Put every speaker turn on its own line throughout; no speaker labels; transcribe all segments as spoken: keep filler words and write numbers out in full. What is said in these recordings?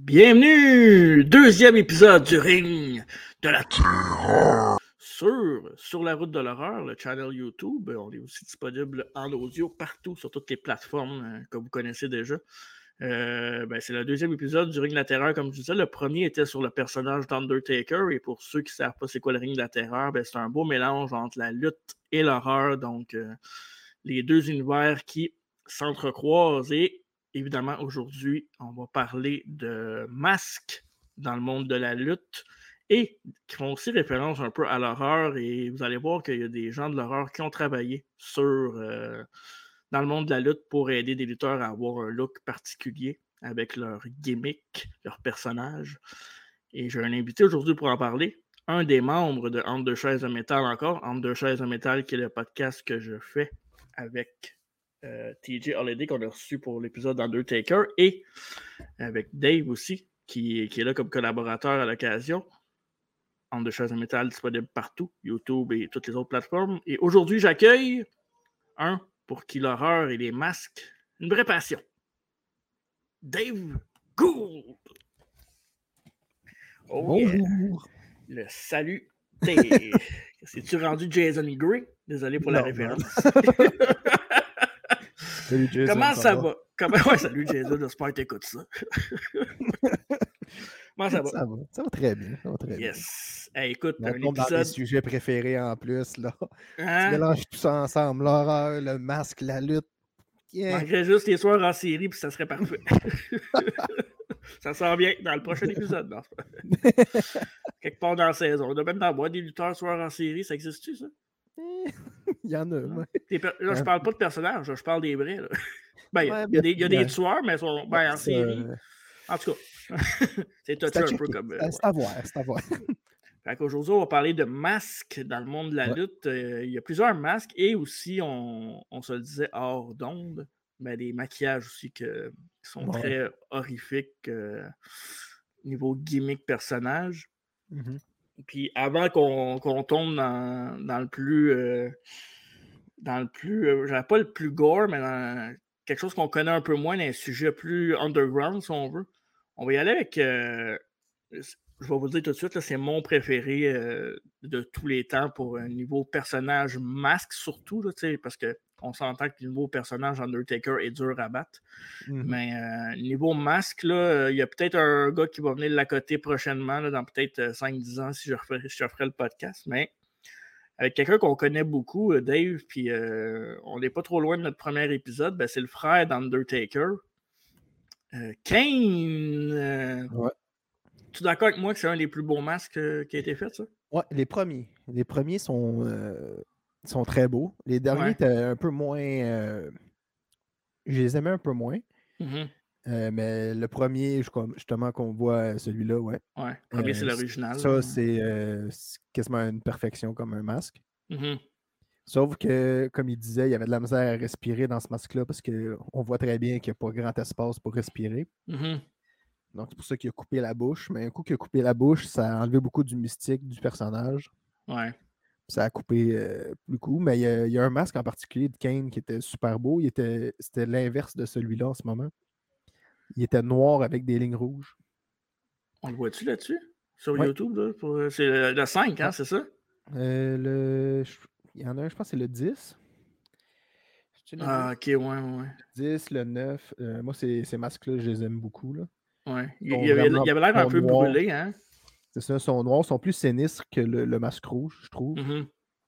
Bienvenue! Deuxième épisode du Ring de la Terreur sur, sur la route de l'horreur, le channel YouTube. On est aussi disponible en audio partout sur toutes les plateformes euh, que vous connaissez déjà. Euh, ben, c'est le deuxième épisode du Ring de la Terreur, comme je disais. Le premier était sur le personnage d'Undertaker. Et pour ceux qui ne savent pas c'est quoi le Ring de la Terreur, ben, c'est un beau mélange entre la lutte et l'horreur. Donc, euh, les deux univers qui s'entrecroisent. Et évidemment, aujourd'hui, on va parler de masques dans le monde de la lutte et qui font aussi référence un peu à l'horreur. Et vous allez voir qu'il y a des gens de l'horreur qui ont travaillé sur, euh, dans le monde de la lutte pour aider des lutteurs à avoir un look particulier avec leur gimmick, leur personnage. Et j'ai un invité aujourd'hui pour en parler. Un des membres de Entre deux chaises de métal encore, Entre deux chaises de métal, qui est le podcast que je fais avec euh, T J Holiday qu'on a reçu pour l'épisode d'Undertaker et avec Dave aussi, qui, qui est là comme collaborateur à l'occasion. Entre deux chaises de métal disponible partout, YouTube et toutes les autres plateformes. Et aujourd'hui, j'accueille un pour qui l'horreur et les masques, une vraie passion. Dave Gould! Oh
Bonjour!
Yeah. Le salut. C'est-tu rendu Jason Gray? Désolé pour non, la référence.
Salut Jason.
Comment ça, ça va? va? Comment... Ouais, salut Jason, j'espère que t'écoutes ça. Comment ça va?
Ça va, ça va très bien. Ça va très
yes. Bien. Hey, écoute,
on
un
tombe
épisode...
dans mes sujets préférés en plus, là.
Hein?
Tu mélanges tout ça ensemble, l'horreur, le masque, la lutte.
Yeah. Manquerait juste les soirs en série, puis ça serait parfait. Ça sort bien dans le prochain épisode. Non? Quelque part dans la saison. On doit même en voir des lutteurs soirs en série. Ça existe-tu, ça?
Il y en a, ouais.
Per... Là, je parle pas de personnages, là, je parle des vrais. Là. Ben, il ouais, y, y, y a des tueurs, mais ils sont ben, en série. Euh... En tout cas, c'est touché un peu comme...
C'est euh, à voir, c'est à voir.
Fait qu'aujourd'hui, on va parler de masques dans le monde de la ouais. lutte. Euh, il y a plusieurs masques et aussi, on, on se le disait hors d'onde, mais des maquillages aussi que, qui sont ouais. très horrifiques euh, niveau gimmick personnage.
Mm-hmm.
Puis avant qu'on, qu'on tombe dans, dans le plus... Euh, dans le plus... Euh, j'avais pas le plus gore, mais dans quelque chose qu'on connaît un peu moins, dans un sujet plus underground, si on veut. On va y aller avec... Euh, je vais vous le dire tout de suite, là, c'est mon préféré euh, de tous les temps pour un niveau personnage masque, surtout, là, parce qu'on s'entend que le niveau personnage Undertaker est dur à battre. Mm-hmm. Mais euh, niveau masque, il euh, y a peut-être un gars qui va venir l'accoter prochainement, là, dans peut-être cinq dix ans, si je referai, si je referai le podcast. Mais avec quelqu'un qu'on connaît beaucoup, Dave, puis euh, on n'est pas trop loin de notre premier épisode, ben, c'est le frère d'Undertaker. Euh, Kane! Euh,
ouais.
Tu es d'accord avec moi que c'est un des plus beaux masques euh, qui a été fait, ça?
Oui, les premiers. Les premiers sont, euh, sont très beaux. Les derniers ouais. étaient un peu moins... Euh, je les aimais un peu moins.
Mm-hmm.
Euh, mais le premier, justement, qu'on voit celui-là, ouais.
Ouais, le premier, euh, c'est l'original.
Ça, là. C'est, euh, c'est quasiment une perfection comme un masque.
Mm-hmm.
Sauf que, comme il disait, il y avait de la misère à respirer dans ce masque-là parce qu'on voit très bien qu'il n'y a pas grand espace pour respirer.
Mm-hmm.
Donc, c'est pour ça qu'il a coupé la bouche. Mais un coup qu'il a coupé la bouche, ça a enlevé beaucoup du mystique du personnage.
Ouais.
Ça a coupé euh, le coup. Mais il y, a, il y a un masque en particulier de Kane qui était super beau. Il était, c'était l'inverse de celui-là en ce moment. Il était noir avec des lignes rouges.
On le voit-tu là-dessus? Sur ouais. YouTube, là? Pour... C'est le, le cinq, hein, ouais. c'est ça?
Euh, le... Il y en a un, je pense que c'est le dix.
Ah, ok, ouais, ouais.
Le dix, le neuf. Euh, moi, ces, ces masques-là, je les aime beaucoup, là.
Ouais. Il, il, avait, il avait l'air un peu
noirs.
brûlé, hein?
C'est ça, ils sont noirs, ils sont plus sinistres que le, le masque rouge, je trouve.
Mm-hmm.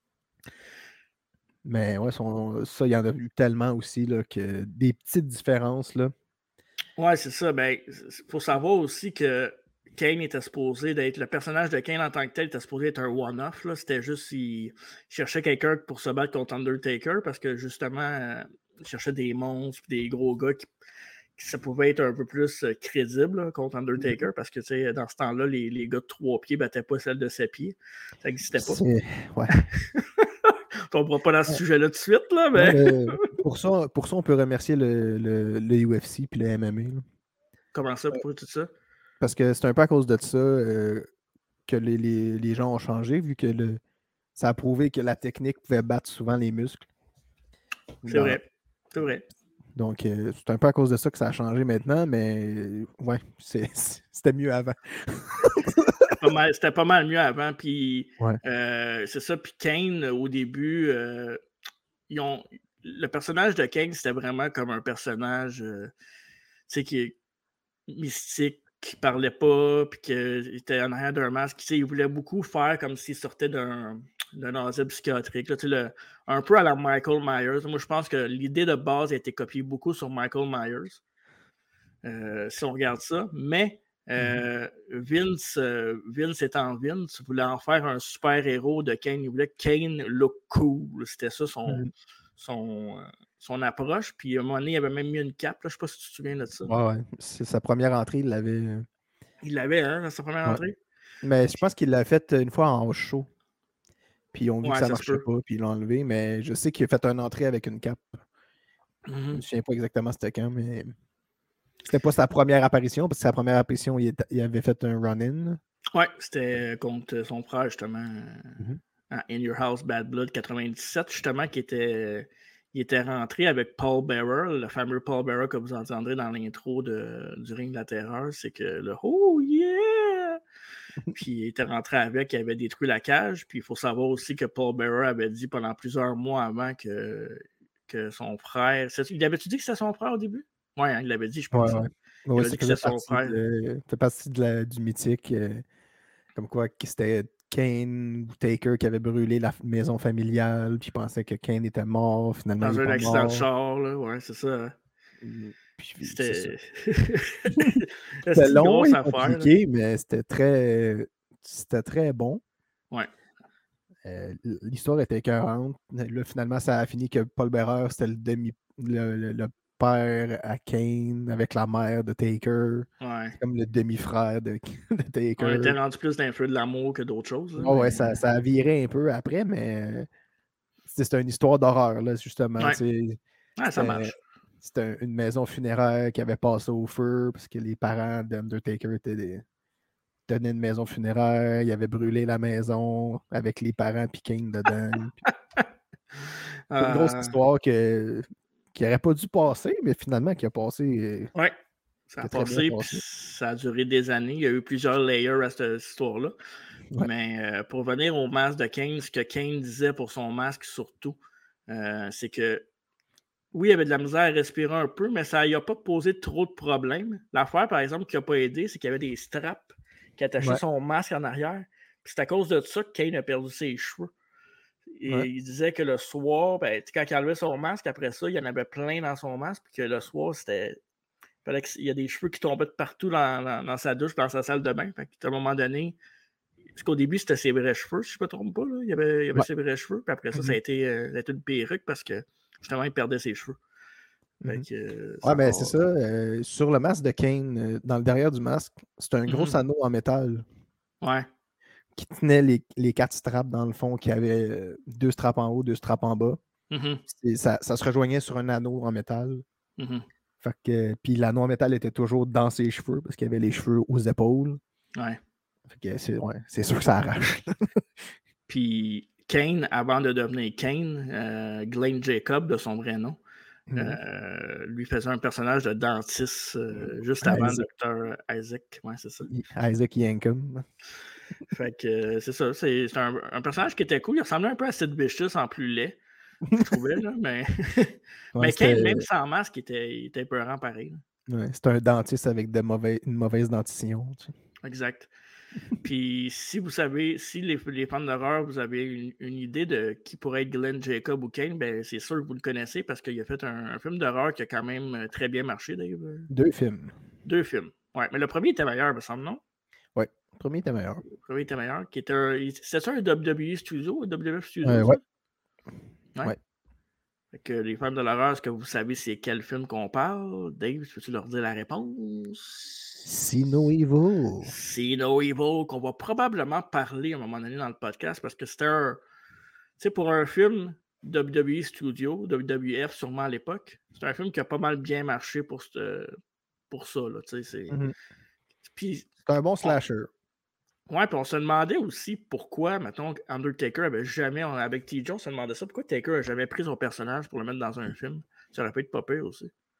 Mais ouais, sont, ça, il y en a eu tellement aussi, là, que des petites différences, là.
Ouais, c'est ça. Ben, il faut savoir aussi que Kane était supposé d'être... Le personnage de Kane en tant que tel était supposé être un one-off, là. C'était juste qu'il cherchait quelqu'un pour se battre contre Undertaker parce que, justement, euh, il cherchait des monstres, des gros gars qui... ça pouvait être un peu plus euh, crédible là, contre Undertaker parce que dans ce temps-là, les, les gars de trois pieds ne battaient pas celle de sept pieds. Ça n'existait pas.
C'est... Ouais.
On ne pourra pas dans ce ouais. sujet-là tout de suite. Là, mais...
Ouais, mais pour, ça, pour ça, on peut remercier le, le, le U F C et le M M A. Là.
Comment ça? Pourquoi tout ça?
Parce que c'est un peu à cause de ça euh, que les, les, les gens ont changé, vu que le, ça a prouvé que la technique pouvait battre souvent les muscles.
C'est dans... vrai. C'est vrai.
Donc, euh, c'est un peu à cause de ça que ça a changé maintenant, mais ouais, c'est, c'était mieux avant.
C'était pas mal, c'était pas mal mieux avant. Puis
Ouais.
euh, c'est ça. Puis Kane, au début, euh, ils ont, le personnage de Kane, c'était vraiment comme un personnage euh, qui est mystique, qui parlait pas, puis qu'il était en arrière d'un masque. Il voulait beaucoup faire comme s'il sortait d'un, d'un asile psychiatrique. Là, le, un peu à la Michael Myers. Moi, je pense que l'idée de base a été copiée beaucoup sur Michael Myers. Euh, si on regarde ça. Mais euh, Vince, euh, Vince étant Vince, voulait en faire un super-héros de Kane. Il voulait que Kane look cool. C'était ça son,
Mm-hmm.
son, euh, son approche. Puis à un moment donné, il avait même mis une cape. Là. Je ne sais pas si tu te souviens de ça.
Ouais, ouais. C'est sa première entrée, il l'avait.
Il l'avait, hein, dans sa première
Ouais.
entrée.
Mais je pense qu'il l'a fait une fois en show. Puis ils ont vu
ouais,
que ça,
ça
marchait pas, puis ils l'ont enlevé. Mais je sais qu'il a fait une entrée avec une cape.
Mm-hmm.
Je me souviens pas exactement c'était quand, mais c'était pas sa première apparition, parce que sa première apparition, il, était... il avait fait un run-in.
Ouais, c'était contre son frère, justement,
Mm-hmm.
à In Your House, Bad Blood quatre-vingt-dix-sept, justement, qui était, il était rentré avec Paul Bearer, le fameux Paul Bearer que vous entendrez dans l'intro de, du Ring de la Terreur. C'est que le « Oh yeah! » Puis il était rentré avec, il avait détruit la cage. Puis il faut savoir aussi que Paul Bearer avait dit pendant plusieurs mois avant que, que son frère... Il avait-tu dit que c'était son frère au début? Oui, hein, il l'avait dit, je pense.
Ouais, ouais.
Il
ouais
avait
ça
dit que
faisait
c'était son
partie,
frère.
de... fait partie de la... du mythique. Euh... Comme quoi, c'était Kane ou Taker qui avait brûlé la maison familiale, puis pensait que Kane était mort. Finalement,
Dans
il n'est
un
pas
accident de
mort.
char, là, ouais, c'est ça.
Puis, c'est ça.
C'était.
C'était
une
long
grosse
et
affaire.
compliqué, là. Mais c'était très, c'était très bon.
Ouais.
Euh, l'histoire était écœurante. Là, finalement, ça a fini que Paul Bearer, c'était le demi le, le, le père à Kane avec la mère de Taker.
Ouais.
C'est comme le demi-frère de, de Taker.
On était rendu plus d'un feu de l'amour que d'autres choses. Là,
oh,
mais...
ouais, ça, ça a viré un peu après, mais c'était une histoire d'horreur, là, justement.
Ouais. Ouais, ça marche.
C'était une maison funéraire qui avait passé au feu parce que les parents d'Undertaker étaient des... tenaient une maison funéraire. Ils avaient brûlé la maison avec les parents puis Kane dedans. C'est une grosse
euh...
histoire que... qui n'aurait pas dû passer, mais finalement qui a passé.
Ouais, ça a,
a passé,
passé, puis ça a duré des années. Il y a eu plusieurs layers à cette histoire-là. Ouais. Mais euh, pour revenir au masque de Kane, ce que Kane disait pour son masque surtout, euh, c'est que oui, il avait de la misère à respirer un peu, mais ça n'a pas posé trop de problèmes. L'affaire, par exemple, qui n'a pas aidé, c'est qu'il y avait des straps qui attachaient ouais. son masque en arrière. Puis c'est à cause de ça que Kane a perdu ses cheveux. Et ouais. il disait que le soir, ben, quand il enlevait son masque, après ça, il y en avait plein dans son masque, puis que le soir, c'était. Il y a des cheveux qui tombaient de partout dans, dans, dans sa douche, dans sa salle de bain. Fait qu'à un moment donné, parce qu'au début, c'était ses vrais cheveux, si je ne me trompe pas. Là. Il y avait, il y avait ouais. ses vrais cheveux, puis après ça, mm-hmm. ça, a été, euh, ça a été une perruque parce que justement, il perdait ses cheveux.
Mm-hmm.
Fait que, euh,
ouais, mais c'est ça. Euh, sur le masque de Kane, euh, dans le derrière du masque, c'est un gros mm-hmm. anneau en métal.
Ouais.
Qui tenait les, les quatre straps dans le fond, qui avait euh, deux straps en haut, deux straps en bas. Mm-hmm. Ça, ça se rejoignait sur un anneau en métal.
Mm-hmm.
Fait que, puis l'anneau en métal était toujours dans ses cheveux parce qu'il avait les cheveux aux épaules.
Ouais.
Fait que c'est, ouais, c'est sûr que ça arrache.
Puis Kane, avant de devenir Kane, euh, Glenn Jacob, de son vrai nom, mm-hmm. euh, lui faisait un personnage de dentiste euh, juste avant
Isaac.
docteur Isaac. Ouais, c'est ça.
Isaac Yankum.
Fait que euh, c'est ça. C'est, c'est un, un personnage qui était cool. Il ressemblait un peu à Sid Vicious en plus laid. Je trouvais, là, mais, ouais, mais Kane, même sans masque, il était, il était peurant pareil.
Ouais, c'est un dentiste avec de mauvais, une mauvaise dentition. Tu sais.
Exact. Puis si vous savez, si les, les fans d'horreur, vous avez une, une idée de qui pourrait être Glenn Jacob ou Kane, ben c'est sûr que vous le connaissez parce qu'il a fait un, un film d'horreur qui a quand même très bien marché, d'ailleurs.
Deux films.
Deux films. Ouais, mais le premier était meilleur, me semble, non?
Ouais, le premier était meilleur.
Le premier était meilleur. Qui était un, c'était ça un W W E Studio, un W F Studio?
Euh, ouais.
Ouais. ouais. Fait que les fans de l'horreur, est-ce que vous savez c'est quel film qu'on parle? Dave, peux-tu leur dire la réponse?
See No Evil.
See No Evil, qu'on va probablement parler à un moment donné dans le podcast parce que c'était un. Tu sais, pour un film W W E Studio, W W F sûrement à l'époque, c'est un film qui a pas mal bien marché pour, ce, pour ça. Là, tu sais, c'est...
Mm-hmm.
Puis,
c'est un bon slasher.
Ouais, puis on se demandait aussi pourquoi, mettons, Undertaker avait jamais, avec T J, on se demandait ça, pourquoi Taker n'a jamais pris son personnage pour le mettre dans un film? Ça aurait pu être pas pire aussi.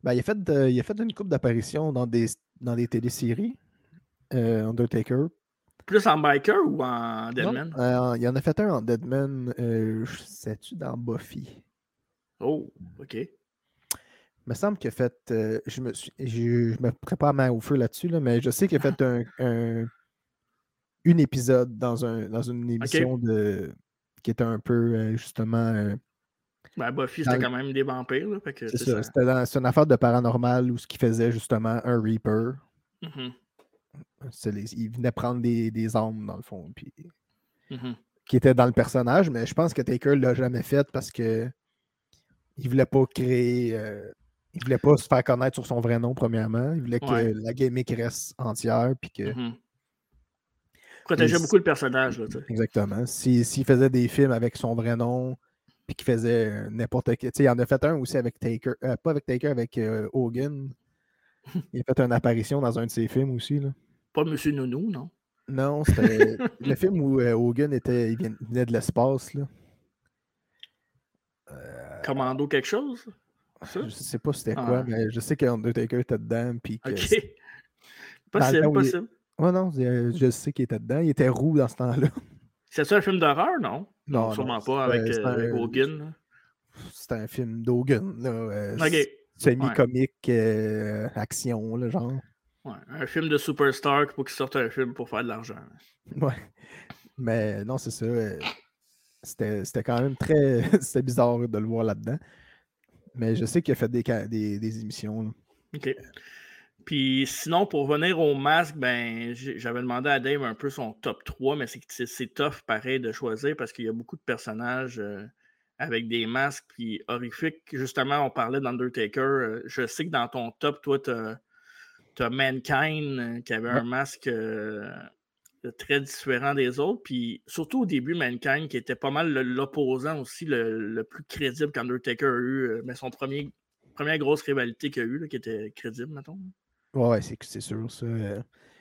Ben, il a fait, de- il a fait une couple d'apparitions dans des, dans des téléséries, euh, Undertaker.
Plus en biker ou en
Non,
Deadman?
euh, il y en a fait un en Deadman, euh, sais-tu, dans Buffy?
Oh, OK.
Il me semble qu'il a fait, euh, je me suis, je, je me prépare ma au feu là-dessus, là, mais je sais qu'il a fait un, un, une épisode dans, un, dans une émission
OK.
de, qui était un peu, euh, justement, euh,
Ben, Buffy,
dans
c'était
le-
quand même des vampires, là, fait que,
c'est
tu sais,
ça,
ça...
c'était dans- c'est une affaire de paranormal où ce qu'il faisait justement un Reaper.
Mhm,
C'est les- il venait prendre des, des âmes, dans le fond, puis
mhm.
qui était dans le personnage, mais je pense que Taker l'a jamais fait parce que il voulait pas créer. Euh, il voulait pas se faire connaître sur son vrai nom, premièrement. Il voulait que
Ouais.
la gimmick reste entière, puis que.
Mhm.
Et
Protégeait
si-
beaucoup le personnage, là, tu sais.
exactement. Si- S'il faisait des films avec son vrai nom, puis qu'il faisait euh, n'importe quel. Tu sais, il en a fait un aussi avec Taker. euh, pas avec Taker, avec euh, Hogan. Il a fait une apparition dans un de ses films aussi, là.
Pas Monsieur Nounou, non?
Non, c'était le film où euh, Hogan était, il vient- il venait de l'espace, là. Euh,
Commando quelque chose? Ça?
je sais pas c'était quoi,
Ah,
mais je sais qu'Undertaker était dedans, puis que
OK.
c- dans le temps
Possible,
où il.
possible.
Oh non, je je sais qu'il était dedans. Il était roux dans ce temps-là.
C'est ça un film d'horreur, non? Non,
Non, non,
sûrement pas avec,
c'était c'était
euh, avec
un,
Hogan, là.
c'était un film d'Hogan, là, euh,
OK.
s-
Ouais.
semi-comique, euh, action, là, genre.
Ouais. Un film de superstar pour qu'il sorte un film pour faire de l'argent.
Ouais. Mais non, c'est ça. euh, C'était c'était quand même très. C'était bizarre de le voir là-dedans. Mais je sais qu'il a fait des, ca- des, des émissions, là.
OK. Puis sinon, pour revenir au masque, ben j'ai- j'avais demandé à Dave un peu son top trois, mais c'est c'est- c'est tough pareil de choisir parce qu'il y a beaucoup de personnages euh, avec des masques puis horrifiques. Justement, on parlait d'Undertaker. euh, je sais que dans ton top, toi, t'as as Mankind euh, qui avait
Ouais.
un masque euh, très différent des autres. Puis surtout au début, Mankind qui était pas mal le- l'opposant aussi, le, le plus crédible qu'Undertaker a eu. euh, Mais son premier première grosse rivalité qu'il a eu, là, qui était crédible, mettons.
Ouais, ouais, c'est c'est sûr, ça. euh.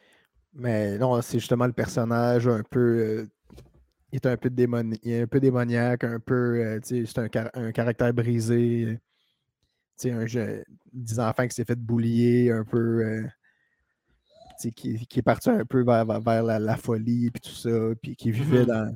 Mais non, c'est justement le personnage un peu. euh, il est un peu, démoni- il est un peu démoniaque, un peu. euh, tu sais, c'est un, car- un caractère brisé. euh, Tu sais, un jeu, des enfants qui s'est fait boulier, un peu. euh, tu sais, qui, qui est parti un peu vers, vers- vers la, la folie, puis tout ça, puis qui vivait
Mhm.
dans.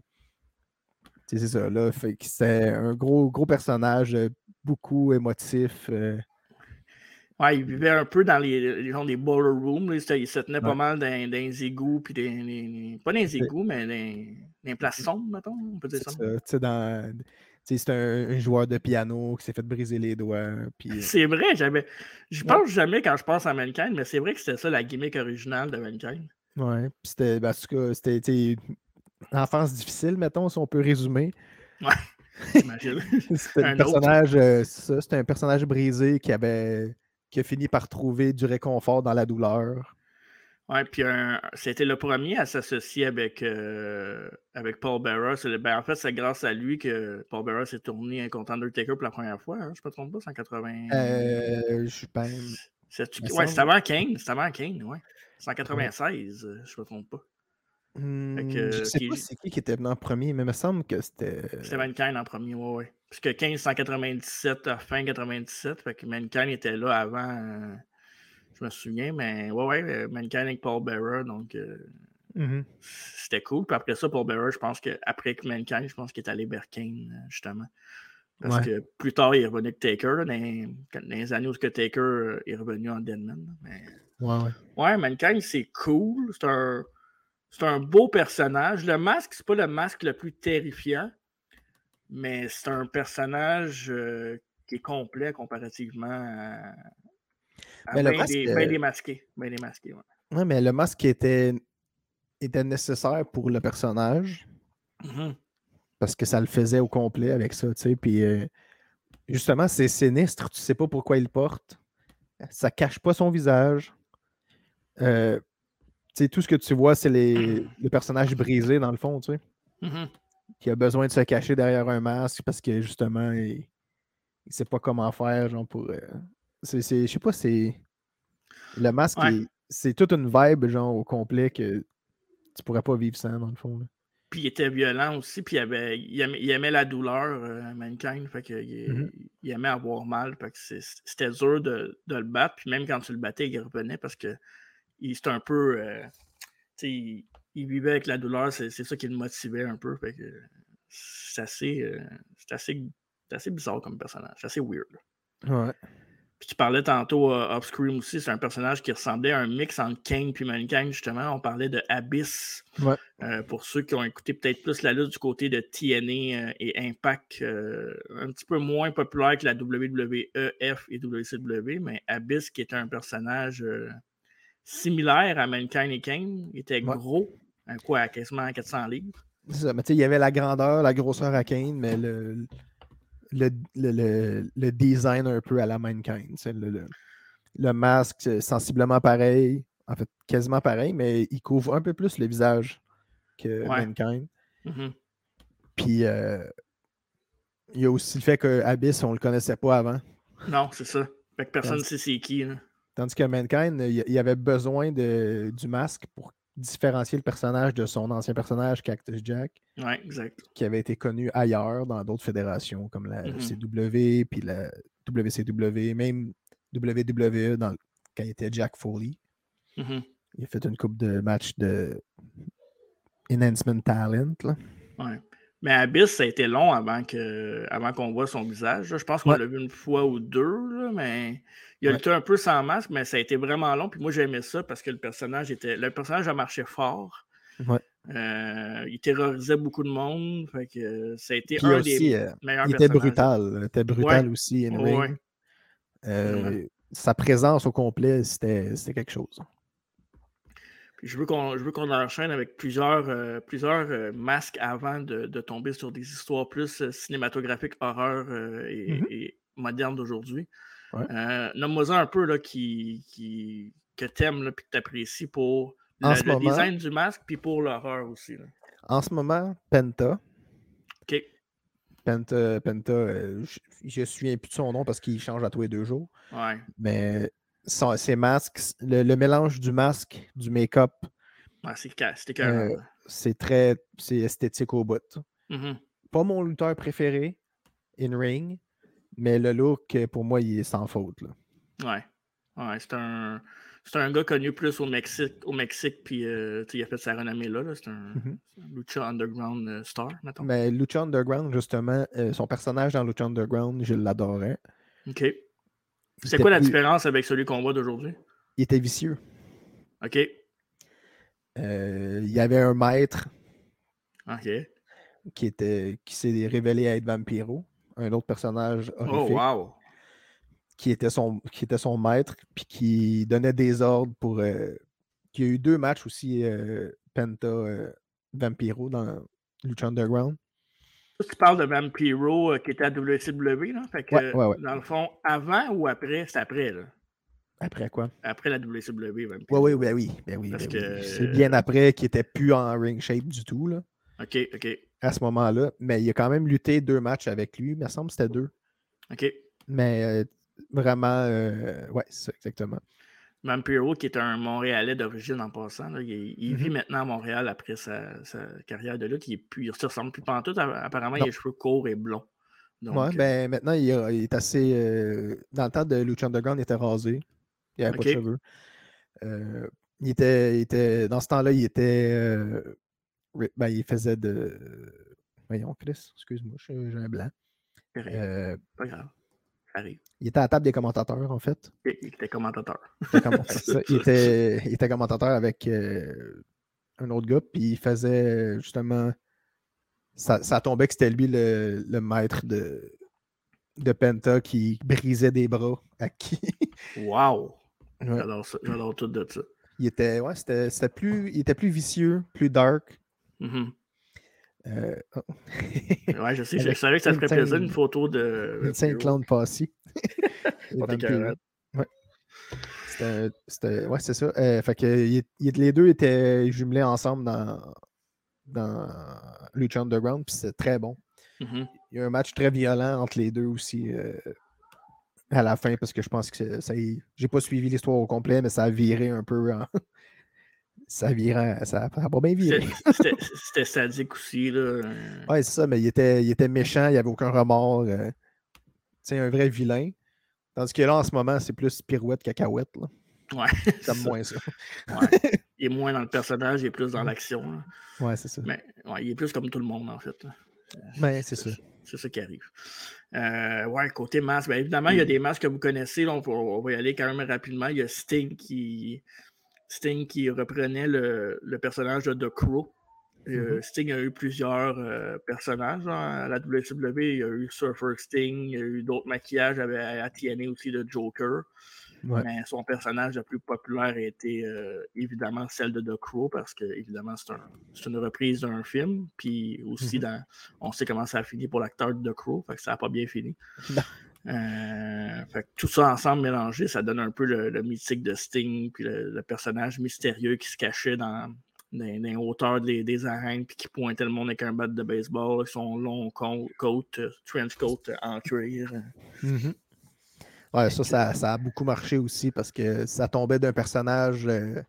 Tu sais, c'est ça, là. Fait que c'est un gros, gros personnage, euh, beaucoup émotif. euh,
Ouais, il vivait un peu dans les, les, gens des boiler rooms. Là. Il, se, il se tenait pas
ouais.
mal dans, dans les égouts, puis des, des- des- pas dans les
C'est
égouts, mais dans, dans les places sombres, mettons, on peut dire
c'est
ça.
ça. Tu sais, dans. Tu sais, c'est un, un joueur de piano qui s'est fait briser les doigts, puis. euh,
C'est vrai, j'avais. Je
ouais.
pense jamais quand je pense à Mankind, mais c'est vrai que c'était ça la gimmick originale de Mankind.
Ouais, puis c'était, ben, en tout cas, c'était, tu sais, enfance difficile, mettons, si on peut résumer.
Ouais, j'imagine.
C'était un
Un autre.
personnage, euh, c'est ça, c'était un personnage brisé qui avait, qui a fini par trouver du réconfort dans la douleur.
Ouais, puis un- c'était le premier à s'associer avec, euh, avec Paul Bearer. C'est le- ben, en fait, c'est grâce à lui que Paul Bearer s'est tourné contre Undertaker pour la première fois. Hein, je me trompe pas, c'est en quatre-vingts.
Euh, je ben,
C'est-tu-
me
Ouais, c'est
semble.
avant Kane. C'est avant Kane, ouais. C'est en
Ouais.
quatre-vingt-seize, euh, je me trompe pas. Fait que,
Hmm, je
euh,
sais pas
qui-
c'est qui qui était venu en premier, mais il me semble que c'était.
c'était Mankind en premier, ouais, ouais. Parce que Kane, c'est en quatre-vingt-dix-sept, à fin quatre-vingt-dix-sept. Fait que Mankind était là avant. euh, je me souviens, mais ouais, ouais, euh, Mankind avec Paul Bearer, donc euh,
Mhm.
c'était cool. Puis après ça, Paul Bearer, je pense qu'après Mankind, je pense qu'il est allé vers Kane, euh, justement. Parce
Ouais.
que plus tard, il est revenu avec Taker, là, dans, les- dans les années où que Taker euh, est revenu en Deadman. là, Mais
Ouais, ouais.
ouais, Mankind, c'est cool. C'est un, c'est un beau personnage. Le masque, c'est pas le masque le plus terrifiant, mais c'est un personnage euh, qui est complet comparativement à, à
Mais le
bien
masque,
des, ben
euh,
des masqués. Ben des masqués, ouais.
ouais, mais le masque était, était nécessaire pour le personnage
Mhm.
parce que ça le faisait au complet avec ça, tu sais. Puis euh, justement, c'est sinistre, tu sais pas pourquoi il le porte. Ça cache pas son visage. Euh, tu sais, tout ce que tu vois, c'est les, le personnage brisé dans le fond, tu sais,
Mhm.
qui a besoin de se cacher derrière un masque parce que justement, il, il sait pas comment faire, genre pour. euh, c'est, c'est- je sais pas, c'est. Le masque,
Ouais.
est- c'est toute une vibe, genre, au complet que tu pourrais pas vivre sans, dans le fond, là.
Puis il était violent aussi, puis il, avait, il, aimait, il aimait la douleur, euh, Mankind, fait que il,
Mhm.
il aimait avoir mal, fait que c'est- c'était dur de, de le battre, puis même quand tu le battais, il revenait parce que il- c'était un peu, euh, tu sais, il, il vivait avec la douleur, c'est c'est ça qui le motivait un peu, fait que c'est assez, euh, c'est assez, c'est assez bizarre comme personnage, c'est assez weird.
Ouais.
Puis tu parlais tantôt euh, Offscream aussi, c'est un personnage qui ressemblait à un mix entre Kane et Mankind, justement. On parlait de Abyss.
Ouais.
Euh, pour ceux qui ont écouté peut-être plus la lutte du côté de T N A euh, et Impact, euh, un petit peu moins populaire que la W W E F et W C W, mais Abyss, qui était un personnage euh, similaire à Mankind et Kane, il était
Ouais.
gros, à quoi, à quasiment quatre cents livres.
C'est ça, mais tu sais, il y avait la grandeur, la grosseur à Kane, mais le, le, le, le, le design un peu à la Mankind. C'est le, le, le masque, c'est sensiblement pareil, en fait, quasiment pareil, mais il couvre un peu plus le visage que
Ouais.
Mankind.
Mm-hmm.
Puis, euh, il y a aussi le fait que Abyss, on le connaissait pas avant.
Non, c'est ça. Fait que personne ne
Tandis,
sait c'est qui. Là.
tandis que Mankind, il y avait besoin de, du masque pour différencier le personnage de son ancien personnage, Cactus Jack.
Ouais, exact.
Qui avait été connu ailleurs dans d'autres fédérations comme la
Mm-hmm.
C W, puis la W C W, même W W E dans, quand il était Jack Foley.
Mm-hmm.
Il a fait une coupe de matchs de Enhancement Talent. Là.
Ouais. Mais Abyss, ça a été long avant que avant qu'on voit son visage. Là. Je pense qu'on
Ouais.
l'a vu une fois ou deux, là, mais il a
Ouais.
lutté un peu sans masque, mais ça a été vraiment long. Puis moi, j'aimais ça parce que le personnage était. Le personnage a marché fort.
Ouais.
Euh, il terrorisait beaucoup de monde. Fait que ça a été
Puis
un
aussi,
des
euh,
meilleurs
il était
personnages.
brutal. Il était brutal
Ouais.
aussi, in
Ouais.
ring. Euh, sa présence au complet, c'était, c'était quelque chose.
Puis je veux qu'on je veux qu'on enchaîne avec plusieurs, euh, plusieurs euh, masques avant de, de tomber sur des histoires plus euh, cinématographiques, horreur euh, et,
Mhm.
et modernes d'aujourd'hui.
Ouais.
Euh, Nomme-moi un peu là, qui, qui, que t'aimes et que t'apprécies pour
En
le,
ce
le
moment,
design du masque puis pour l'horreur aussi. Là.
En ce moment, Penta.
OK.
Penta, Penta euh, je ne me souviens plus de son nom parce qu'il change à tous les deux jours.
Ouais.
Mais son, ses masques, le, le mélange du masque, du make-up,
ouais c'est écœurant.
euh, c'est très c'est esthétique au bout.
Mm-hmm.
Pas mon lutteur préféré, in-ring, mais le look, pour moi, il est sans faute. Là.
Ouais. Ouais, c'est un. C'est un gars connu plus au Mexique, au Mexique puis euh, il a fait sa renommée là. là. C'est un,
Mm-hmm.
un Lucha Underground euh, star, mettons.
Mais Lucha Underground, justement, euh, son personnage dans Lucha Underground, je l'adorais.
OK.
Il
C'est quoi la
plus...
différence avec celui qu'on voit d'aujourd'hui?
Il était vicieux.
OK.
Euh, il y avait un maître
OK.
qui, était, qui s'est révélé être Vampiro, un autre personnage horrifique.
Oh, wow.
Qui était son, qui était son maître, puis qui donnait des ordres pour. Euh, il y a eu deux matchs aussi, euh, Penta euh, Vampiro dans Lucha Underground.
Tu parles de Vampiro euh, qui était à W C W, là? Fait que,
Ouais, ouais, ouais.
dans le fond, avant ou après? C'est après, là.
Après quoi?
Après la W C W, Vampiro.
Ouais, oui, ben oui, ben oui,
Parce
ben
que...
oui. C'est bien après qu'il n'était plus en ring shape du tout, là.
OK, OK.
À ce moment-là. Mais il a quand même lutté deux matchs avec lui. Il me semble que c'était deux.
OK.
Mais euh, vraiment, euh, ouais, c'est ça, exactement.
Vampiro, qui est un Montréalais d'origine en passant, là, il, il
Mm-hmm.
vit maintenant à Montréal après sa, sa carrière de lutte. Il est plus, il ne se ressemble plus pantoute. Apparemment,
Non.
il a les cheveux courts et blonds. Donc,
ouais, ben maintenant, il, a, il est assez. Euh, dans le temps de Lucha Underground, il était rasé. Il n'avait
OK.
pas de cheveux. Euh, il, était, il était. Dans ce temps-là, il était. Euh, ben, il faisait de. Voyons, Chris, excuse-moi, j'ai un blanc.
Euh, pas grave. Ça arrive.
Il était à la table des commentateurs, en fait.
Il était commentateur.
Il était, comment... ça. Il était, il était commentateur avec euh, un autre gars, puis il faisait justement. Ça, ça tombait que c'était lui le, le maître de, de Penta qui brisait des bras à qui.
Wow!
Ouais.
J'adore ça. J'adore tout de ça.
Il était, ouais, c'était, c'était plus, il était plus vicieux, plus dark.
Mm-hmm.
Euh, oh.
ouais, je sais, je savais que ça te ferait plaisir une photo de.
Insane Clown Posse.
ouais.
C'était, c'était, ouais, c'est ça. Euh, fait que il, il, les deux étaient jumelés ensemble dans, dans Lucha Underground, puis c'était très bon.
Mm-hmm.
Il y a un match très violent entre les deux aussi euh, à la fin, parce que je pense que ça, j'ai pas suivi l'histoire au complet, mais ça a viré un peu en, Ça virait, ça n'a pas bien viré.
C'était, c'était sadique aussi, là.
Ouais, c'est ça, mais il était, il était méchant, il n'avait aucun remords. Euh, c'est un vrai vilain. Tandis que là, en ce moment, c'est plus pirouette cacahuète. Là.
Ouais.
J'aime moins ça.
Ouais. Il est moins dans le personnage, il est plus dans l'action. Là.
Ouais, c'est ça.
Mais ouais, il est plus comme tout le monde, en fait.
Ben, c'est, c'est ça.
C'est ça qui arrive. Euh, ouais, côté masque, bien évidemment, il y a des masques que vous connaissez. Là, on, va, on va y aller quand même rapidement. Il y a Sting qui, Sting qui reprenait le, le personnage de The Crow. Euh, mm-hmm. Sting a eu plusieurs euh, personnages hein, à la W C W. Il y a eu Surfer Sting, il y a eu d'autres maquillages à, à T N A aussi de Joker. Ouais. Mais son personnage le plus populaire a été euh, évidemment celle de The Crow parce que évidemment c'est, un, c'est une reprise d'un film. Puis aussi, mm-hmm. dans, on sait comment ça a fini pour l'acteur de The Crow, fait que ça n'a pas bien fini. euh, fait que tout ça ensemble mélangé, ça donne un peu le, le mythique de Sting, puis le, le personnage mystérieux qui se cachait dans, dans, dans les hauteurs des, des arènes, puis qui pointait le monde avec un bat de baseball, avec son long coat, coat euh, trench coat euh, en cuir.
Mm-hmm. Ouais, ça, ça, ça a beaucoup marché aussi parce que ça tombait d'un personnage euh,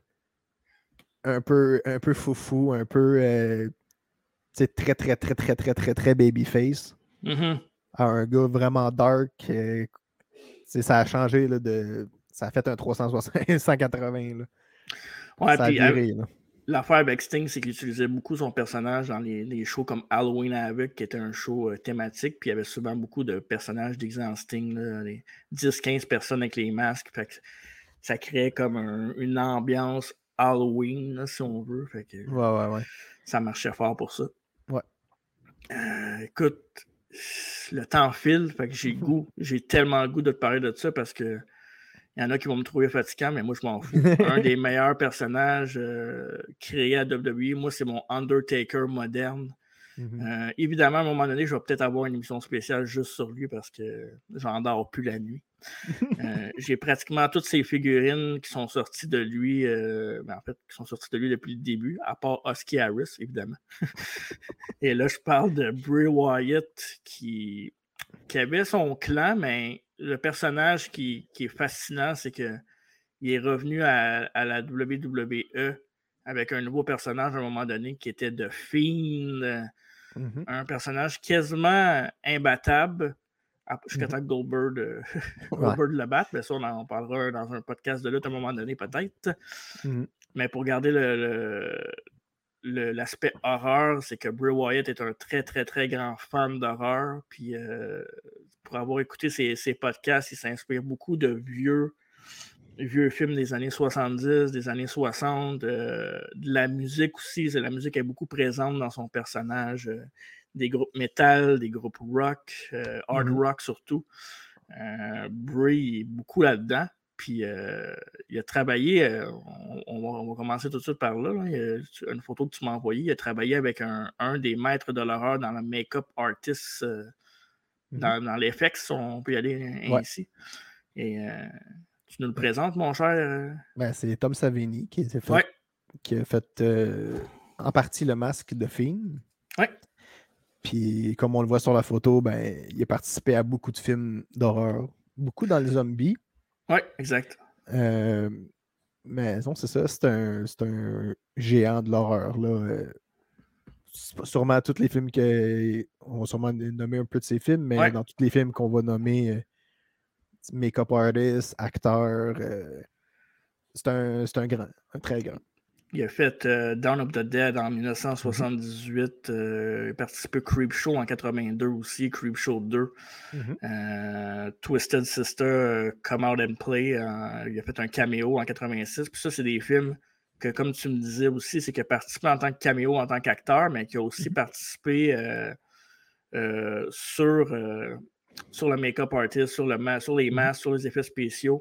un peu un peu foufou, un peu euh, très, très, très, très, très, très, très babyface.
Mm-hmm.
À un gars vraiment dark. Euh, ça a changé là, de. Ça a fait un trois cent soixante, cent quatre-vingts. Là.
Ouais,
ça a
puis,
viré, là.
L'affaire avec Sting, c'est qu'il utilisait beaucoup son personnage dans les, les shows comme Halloween Havoc, qui était un show euh, thématique, puis il y avait souvent beaucoup de personnages déguisés en Sting, là, les dix quinze personnes avec les masques, fait que ça créait comme un, une ambiance Halloween, là, si on veut, fait que
ouais, ouais, ouais.
ça marchait fort pour ça.
Ouais.
Euh, écoute, le temps file, fait que j'ai le goût, j'ai tellement le goût de te parler de ça parce que il y en a qui vont me trouver fatigant, mais moi, je m'en fous. Un des meilleurs personnages euh, créés à W W E, moi, c'est mon Undertaker moderne. Mm-hmm. Euh, évidemment, à un moment donné, je vais peut-être avoir une émission spéciale juste sur lui parce que j'en dors plus la nuit. euh, j'ai pratiquement toutes ces figurines qui sont sorties de lui, euh, ben, en fait, qui sont sorties de lui depuis le début, à part Husky Harris, évidemment. Et là, je parle de Bray Wyatt qui, qui avait son clan, mais le personnage qui, qui est fascinant, c'est qu'il est revenu à, à la W W E avec un nouveau personnage à un moment donné qui était The Fiend, mm-hmm. un personnage quasiment imbattable jusqu'à mm-hmm. temps que Goldberg, euh, Goldberg ouais. le batte, mais ça on en parlera dans un podcast de lutte à un moment donné peut-être. Mm-hmm. Mais pour garder le, le, le, l'aspect horreur, c'est que Bray Wyatt est un très très très grand fan d'horreur, puis euh, pour avoir écouté ses, ses podcasts, il s'inspire beaucoup de vieux, vieux films des années soixante-dix, des années soixante, euh, de la musique aussi. La musique est beaucoup présente dans son personnage. Euh, des groupes metal, des groupes rock, euh, hard mm-hmm. rock surtout. Euh, Bray est beaucoup là-dedans. Puis euh, il a travaillé, euh, on, on, va, on va commencer tout de suite par là, là. Il y a une photo que tu m'as envoyée. Il a travaillé avec un, un des maîtres de l'horreur dans le make-up artist. Euh, Dans, dans les F X, on peut y aller ainsi. Ouais. Et euh, tu nous le présentes, mon cher? Euh...
Ben, c'est Tom Savini qui, fait,
ouais.
qui a fait euh, en partie le masque de Fiend.
Ouais.
Puis, comme on le voit sur la photo, ben, il a participé à beaucoup de films d'horreur. Beaucoup dans les zombies.
Oui, exact.
Euh, mais non, c'est ça. C'est un, c'est un géant de l'horreur, là. Sûrement tous les films que on va sûrement nommer un peu de ces films, mais ouais. dans tous les films qu'on va nommer euh, make-up artist, acteur, euh, c'est un c'est un grand, un très grand.
Il a fait euh, Dawn of the Dead en dix-neuf cent soixante-dix-huit, mm-hmm. euh, il a participé à Creepshow en quatre-vingt-deux aussi, Creepshow deux, mm-hmm. euh, Twisted Sister, euh, Come Out and Play, euh, il a fait un caméo en quatre-vingt-six, puis ça c'est des films que, comme tu me disais aussi, c'est qu'il a participé en tant que caméo, en tant qu'acteur, mais qu'il a aussi mm-hmm. participé euh, euh, sur, euh, sur le make-up artist, sur, le ma- sur les masques, mm-hmm. sur les effets spéciaux.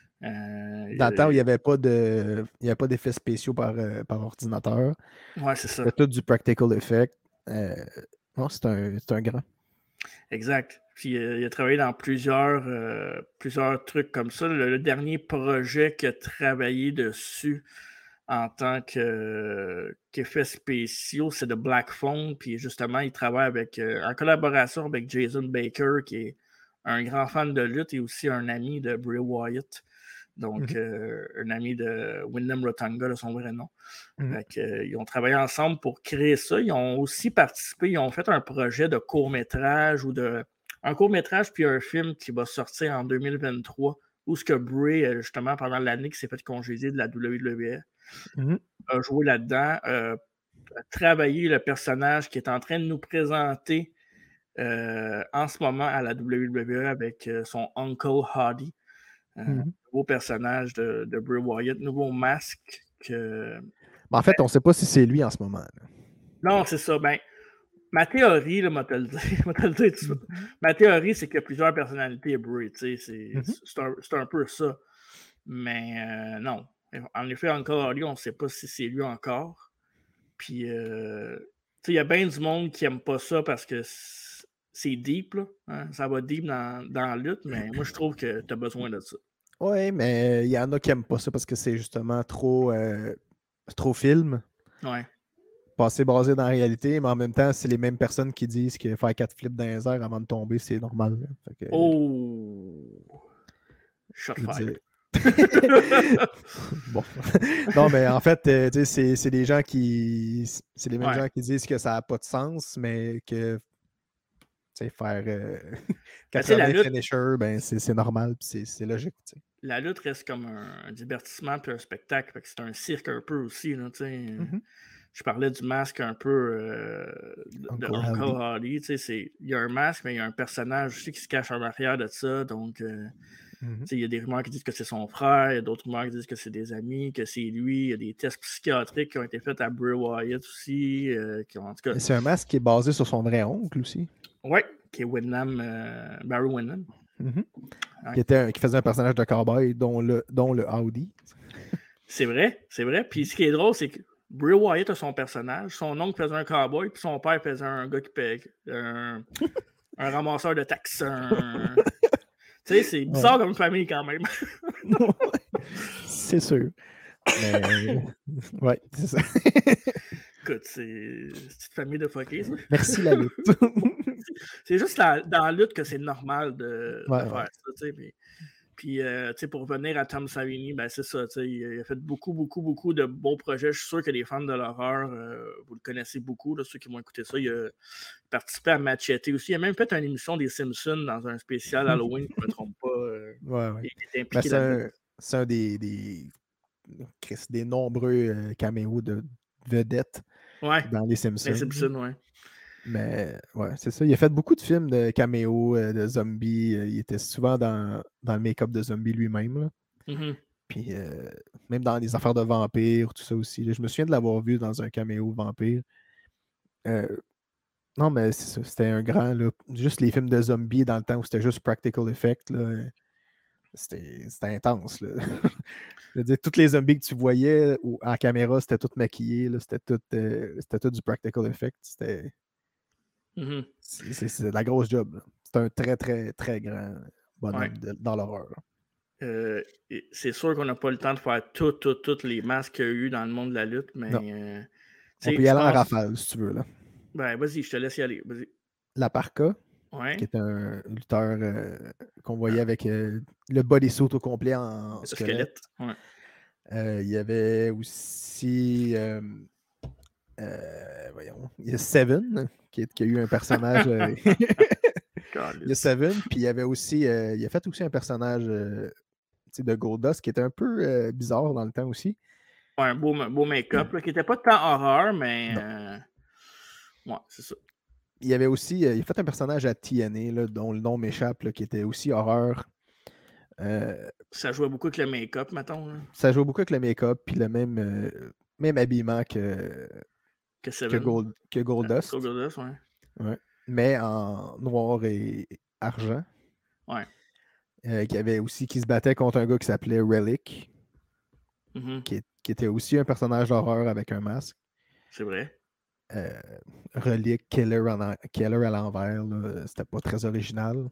Euh,
Dans le temps où il n'y avait pas de, il y avait pas d'effets spéciaux par, euh, par ordinateur.
Ouais, c'est ça.
C'était tout du practical effect. Euh, non, c'est un, c'est un grand.
Exact. Puis euh, il a travaillé dans plusieurs, euh, plusieurs trucs comme ça. Le, le dernier projet qu'il a travaillé dessus en tant que, qu'effets spéciaux, c'est de Black Phone. Puis justement, il travaille avec, euh, en collaboration avec Jason Baker, qui est un grand fan de lutte et aussi un ami de Bray Wyatt. Donc,
Mhm.
euh, un ami de Wyndham Rotunda, de son vrai nom.
Mhm.
Fait que, euh, ils ont travaillé ensemble pour créer ça. Ils ont aussi participé, ils ont fait un projet de court-métrage ou de. Un court-métrage puis un film qui va sortir en deux mille vingt-trois, où ce que Bray, euh, justement, pendant l'année qui s'est fait congédier de la W W E,
Mhm.
a joué là-dedans, euh, a travaillé le personnage qui est en train de nous présenter euh, en ce moment à la W W E avec euh, son Uncle Hardy. Euh,
Mhm.
Nouveau personnage de, de Bray Wyatt, nouveau masque que.
Mais en fait, on ne sait pas si c'est lui en ce moment. Là.
Non, c'est ça. Ben, ma théorie, là, moi te le dire, moi te le dire tout de suite.
Mhm.
Ma théorie, c'est qu'il y a plusieurs personnalités Bray, tu sais, c'est
Mhm.
c'est un, c'est un peu ça. Mais euh, non. En effet, encore Hardy, on ne sait pas si c'est lui encore. Puis, euh, tu sais, il y a bien du monde qui n'aime pas ça parce que c'est c'est deep, là. Hein? Ça va deep dans, dans la lutte, mais moi, je trouve que tu as besoin de ça.
Oui, mais il y en a qui n'aiment pas ça parce que c'est justement trop, euh, trop film,
Ouais.
passé basé dans la réalité, mais en même temps, c'est les mêmes personnes qui disent que faire quatre flips dans les airs avant de tomber, c'est normal. Là. Fait que,
Oh! Shot
je veux
fired.
dire. Bon. Non, mais en fait, euh, tu sais, c'est, c'est des gens qui. C'est les mêmes
Ouais.
gens qui disent que ça n'a pas de sens, mais que. Tu sais, faire euh,
Ben, tu sais, la
quatre-vingts
lutte,
finishers, ben, c'est, c'est normal, puis c'est, c'est logique. Tu sais.
la lutte reste comme un, un divertissement puis un spectacle. Fait que c'est un cirque un peu aussi. Là, tu sais.
Mhm.
Je parlais du masque un peu euh, de, de
Uncle
Uncle
Howdy.
Hardy. Tu sais, c'est- il y a un masque, mais il y a un personnage aussi qui se cache en arrière de ça. Donc, euh,
Mhm.
tu sais, il y a des rumeurs qui disent que c'est son frère, il y a d'autres rumeurs qui disent que c'est des amis, que c'est lui. Il y a des tests psychiatriques qui ont été faits à Bray Wyatt aussi. euh, qui ont, en tout cas,
Et c'est un masque qui est basé sur son vrai oncle aussi.
ouais, qui est Wyndham, euh, Barry Windham.
Mhm.
Ouais.
Qui, était un- qui faisait un personnage de cowboy, dont le, dont le Howdy.
C'est vrai, c'est vrai. Puis ce qui est drôle, c'est que Bray Wyatt a son personnage, son oncle faisait un cowboy, puis son père faisait un gars qui paye, un, un ramasseur de taxes. Un... Tu sais, c'est bizarre
Ouais.
comme famille quand même.
C'est sûr. Mais ouais, c'est ça.
Écoute, c'est une petite famille de fuckés, ça.
Merci la lutte.
C'est juste la- dans la lutte que c'est normal de,
Ouais,
de faire
ouais.
ça, tu sais. Puis, puis euh, tu sais, pour revenir à Tom Savini, ben c'est ça, tu sais, il a fait beaucoup, beaucoup, beaucoup de beaux projets. Je suis sûr que les fans de l'horreur, euh, vous le connaissez beaucoup, là, ceux qui vont écouter ça. Il a participé à Machete aussi. Il a même fait une émission des Simpsons dans un spécial Halloween, si je ne me trompe pas. euh,
Ouais, ouais.
il était
Mais
impliqué
c'est
là-dedans.
un, c'est un des, des, Chris, des nombreux euh, caméos de vedettes
Ouais,
dans les
les
Simpsons.
Simpsons, ouais.
Mais ouais, c'est ça. Il a fait beaucoup de films de caméos, euh, de zombies. Euh, il était souvent dans, dans le make-up de zombie lui-même. Là.
Mhm.
Puis euh, même dans les affaires de vampires, tout ça aussi. Là. Je me souviens de l'avoir vu dans un caméo vampire. Euh, non, mais c'est ça, c'était un grand. Là, juste les films de zombies dans le temps où c'était juste practical effect. Là, c'était, c'était intense. Là. Je veux dire, tous les zombies que tu voyais ou, en caméra, c'était tout maquillé. Là, c'était, tout, euh, c'était tout du practical effect. C'était.
Mhm.
C'est, c'est, c'est de la grosse job. Là. C'est un très, très, très grand bonhomme
Ouais.
de- dans l'horreur.
Euh, et c'est sûr qu'on n'a pas le temps de faire tout, tout, toutes les masques qu'il y a eu dans le monde de la lutte, mais
Non.
euh,
On
tu
peut
sais,
y
je
aller en
pense.
rafale si tu veux. Là.
Ben, vas-y, je te laisse y aller. Vas-y.
La Parka, qui
Ouais.
est un lutteur euh, qu'on voyait
Ah,
avec euh, le bodysuit au complet en
le
squelette.
squelette. Ouais.
Euh, il y avait aussi. euh, euh, voyons. Il y a Seven, qui, est- qui a eu un personnage. euh, il y a Seven, puis il y avait aussi. euh, il a fait aussi un personnage euh, tu sais, de Goldust qui était un peu euh, bizarre dans le temps aussi.
Ouais, un beau, beau make-up, là, qui n'était pas tant horreur, mais.
Non.
euh, Ouais, c'est ça.
Il y avait aussi. euh, il a fait un personnage à T N A, là, dont le nom m'échappe, là, qui était aussi horreur. Euh,
Ça jouait beaucoup avec le make-up, mettons. Là,
ça jouait beaucoup avec le make-up, puis le même, euh, même habillement que,
que
que,
Seven.
Gold, que
Euh,
Goldust.
Goldust, ouais.
Ouais. Mais en noir et argent.
Ouais.
Euh, qui avait aussi qui se battait contre un gars qui s'appelait Relic,
Mhm.
qui, est- qui était aussi un personnage d'horreur avec un masque.
C'est vrai.
Euh, Relic, Killer, en, Killer à l'envers, là, c'était pas très original.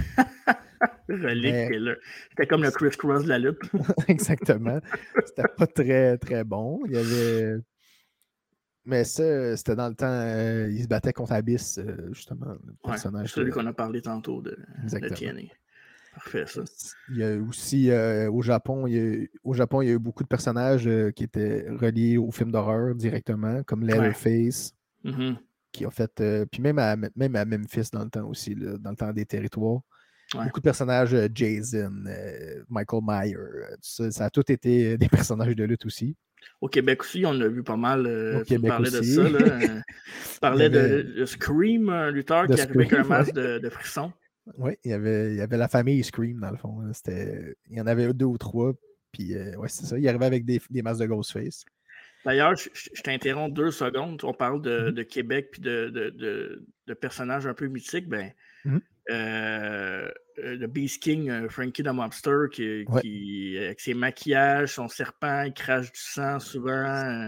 Relique,
Mais
là. C'était comme le Chris Cross de la lutte.
exactement. C'était pas très très bon. Il y avait. Mais ça, c'était dans le temps, euh, il se battait contre Abyss, euh, justement, le
Ouais,
personnage
celui
de.
qu'on a parlé tantôt de, de
Exactement.
T N A. Parfait, ça.
Il y a aussi euh, au Japon, il y a, eu- au Japon, il y a eu beaucoup de personnages euh, qui étaient reliés aux films d'horreur directement, comme Leatherface,
ouais. mm-hmm.
qui a fait. Euh, puis même à, même à Memphis dans le temps aussi, là, dans le temps des territoires.
Ouais.
Beaucoup de personnages, euh, Jason, euh, Michael Myers, euh, tout ça, ça a tout été des personnages de lutte aussi.
Au Québec aussi, on a vu pas mal. Euh,
Au
tu
Québec
parlais
aussi.
de ça. Là, euh, tu parlais avait... de, de Scream, un lutteur qui arrivait avec un masque
ouais.
de, de frisson.
Oui, il y, avait, il y avait la famille Scream dans le fond. C'était, il y en avait deux ou trois. Puis, euh, ouais, c'est ça. Il arrivait avec des, des masques de Ghostface.
D'ailleurs, je, je t'interromps deux secondes. On parle de, mm-hmm. de Québec puis de, de, de, de personnages un peu mythiques. Ben, mm-hmm. euh, le Beast King, euh, Frankie the Mobster, qui, ouais. qui, avec ses maquillages, son serpent, il crache du sang souvent. Euh,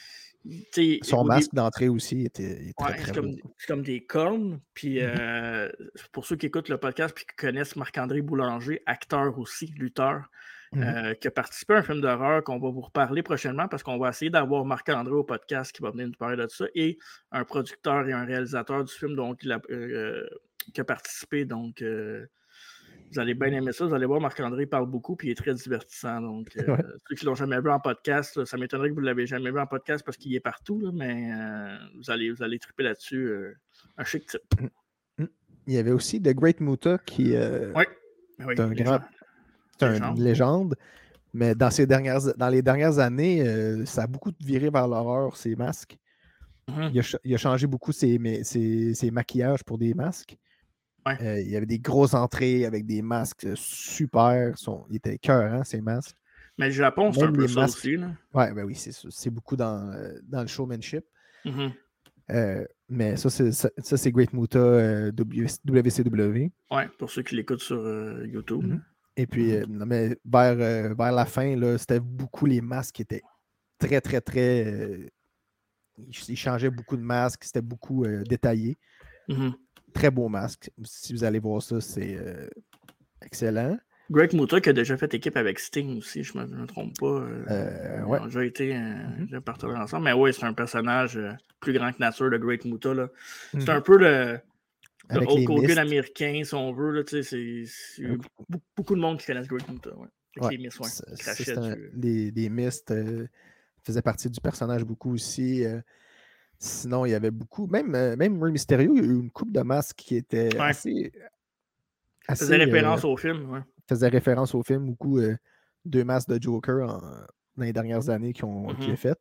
son masque dé... d'entrée aussi était, était
ouais,
très, très
c'est, comme, c'est comme des cornes. Puis mm-hmm. euh, pour ceux qui écoutent le podcast et qui connaissent Marc-André Boulanger, acteur aussi, lutteur, mm-hmm. euh, qui a participé à un film d'horreur qu'on va vous reparler prochainement parce qu'on va essayer d'avoir Marc-André au podcast qui va venir nous parler de ça et un producteur et un réalisateur du film donc, il a, euh, qui a participé. Donc, euh, vous allez bien aimer ça. Vous allez voir, Marc-André parle beaucoup et il est très divertissant. Donc, euh, ouais. ceux qui ne l'ont jamais vu en podcast, là, ça m'étonnerait que vous ne l'avez jamais vu en podcast parce qu'il est partout, là, mais euh, vous, allez, vous allez triper là-dessus. Euh, un chic type.
Il y avait aussi The Great Muta qui euh,
oui. oui,
est un grand. C'est une légende. Mais dans, ces dernières, dans les dernières années, euh, ça a beaucoup viré vers l'horreur, ces masques. Mm-hmm. Il, a, il a changé beaucoup ses, ses, ses maquillages pour des masques.
Ouais.
Euh, il y avait des grosses entrées avec des masques super. Son, il était écœurant, ces masques.
Mais le Japon, c'est un peu ça masques, aussi. Là.
Ouais, ben oui, c'est, c'est beaucoup dans, dans le showmanship.
Mm-hmm.
Euh, mais ça, c'est, ça, ça, c'est Great Muta euh, W C W.
Ouais, pour ceux qui l'écoutent sur euh, YouTube.
Mm-hmm. Et puis, mm-hmm. euh, non, mais vers, euh, vers la fin, là, c'était beaucoup les masques qui étaient très, très, très. Euh, ils changeaient beaucoup de masques, c'était beaucoup euh, détaillé.
Mm-hmm.
Très beau masque. Si vous allez voir ça, c'est euh, excellent.
Great Muta qui a déjà fait équipe avec Sting aussi, je ne me, me trompe pas. Euh,
euh,
ils
ouais.
ont déjà été euh, mm-hmm. partenaires ensemble. Mais oui, c'est un personnage euh, plus grand que nature, le Great Muta. Là. C'est mm-hmm. un peu le. Le Hulk Hogan américain, si on veut, là, c'est, c'est avec... beaucoup de monde qui connaissent Great Muta. Ouais. Avec
ouais,
les Mists, ouais,
c'est, c'est un, les, les Mists euh, faisaient partie du personnage beaucoup aussi. Euh, sinon, il y avait beaucoup, même, euh, même Rey Mysterio, il y a eu une coupe de masques qui était
ouais.
assez. assez
faisait référence euh, au film. Ouais.
Faisait référence au film, beaucoup euh, deux masques de Joker en, dans les dernières années qui ont, mm-hmm. qui est fait.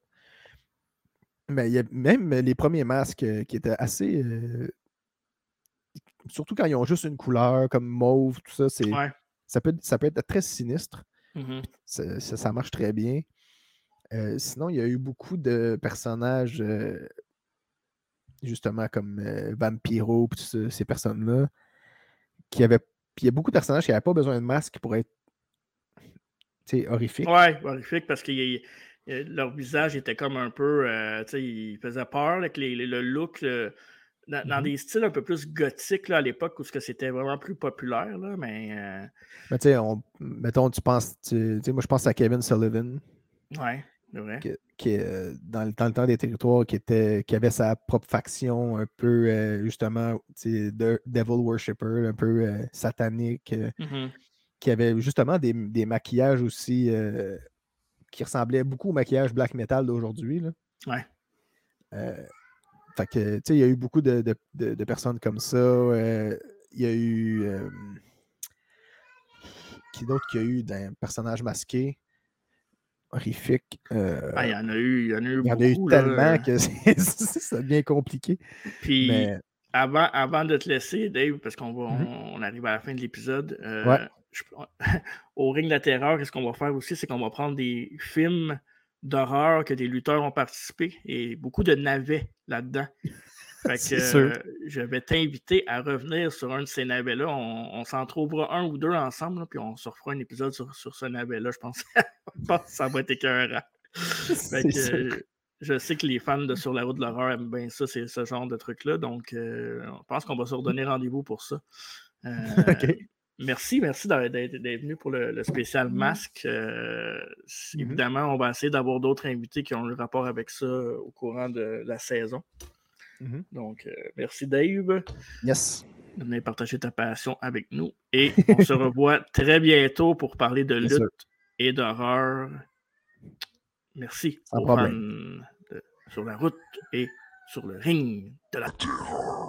Mais il y a même les premiers masques euh, qui étaient assez. Euh, surtout quand ils ont juste une couleur comme mauve, tout ça, c'est,
ouais.
ça, peut, ça peut être très sinistre.
Mm-hmm.
Ça, ça, ça marche très bien. Euh, sinon, il y a eu beaucoup de personnages, euh, justement, comme euh, Vampiro, tout ça, ces personnes-là, qui avaient. Puis il y a beaucoup de personnages qui n'avaient pas besoin de masque pour être horrifiques.
Ouais, horrifique parce que y, y, leur visage était comme un peu. Euh, ils faisaient peur avec les, les, le look. Le, Dans, dans mm-hmm. des styles un peu plus gothiques là, à l'époque où c'était vraiment plus populaire, là, mais... Euh...
mais tu sais, mettons, tu penses... Tu sais, moi, je pense à Kevin Sullivan.
Ouais, c'est vrai.
Qui, qui euh, dans, le, dans le temps des territoires, qui, était, qui avait sa propre faction un peu, euh, justement, tu sais, de, Devil Worshipper, un peu euh, satanique, euh,
mm-hmm.
qui avait justement des, des maquillages aussi euh, qui ressemblaient beaucoup au maquillage black metal d'aujourd'hui, là.
Ouais.
Euh, Fait que, tu sais, il y a eu beaucoup de, de, de, de personnes comme ça. Euh, il y a eu... Euh, qui d'autre qu'il y a eu d'un personnage masqué horrifique? Euh,
ah, il y en a eu, il y en a eu
Il y en
beaucoup,
a eu
là,
tellement
euh...
que c'est, ça devient compliqué.
Puis,
mais...
avant, avant de te laisser, Dave, parce qu'on va,
mm-hmm.
on, on arrive à la fin de l'épisode, euh,
ouais.
je, au Ring de la Terreur, qu'est-ce qu'on va faire aussi? C'est qu'on va prendre des films d'horreur que des lutteurs ont participé et beaucoup de navets là-dedans. Fait que euh, je vais t'inviter à revenir sur un de ces navets-là. On, on s'en trouvera un ou deux ensemble, là, puis on se refera un épisode sur, sur ce navet-là. Je pense, je pense que ça va être écœurant. Fait que, euh, je sais que les fans de Sur la route de l'horreur aiment bien ça, c'est ce genre de truc-là. Donc, euh, je pense qu'on va se redonner rendez-vous pour ça. Euh,
okay.
Merci, merci d'être, d'être venu pour le, le spécial masque. Euh, mm-hmm. Évidemment, on va essayer d'avoir d'autres invités qui ont eu rapport avec ça au courant de la saison.
Mm-hmm.
Donc, euh, merci Dave.
Yes.
de venir partager ta passion avec nous. Et on se revoit très bientôt pour parler de
Bien
lutte
sûr.
et d'horreur. Merci
Sans
aux
problème.
fans de Sur la route et sur le ring de la terreur.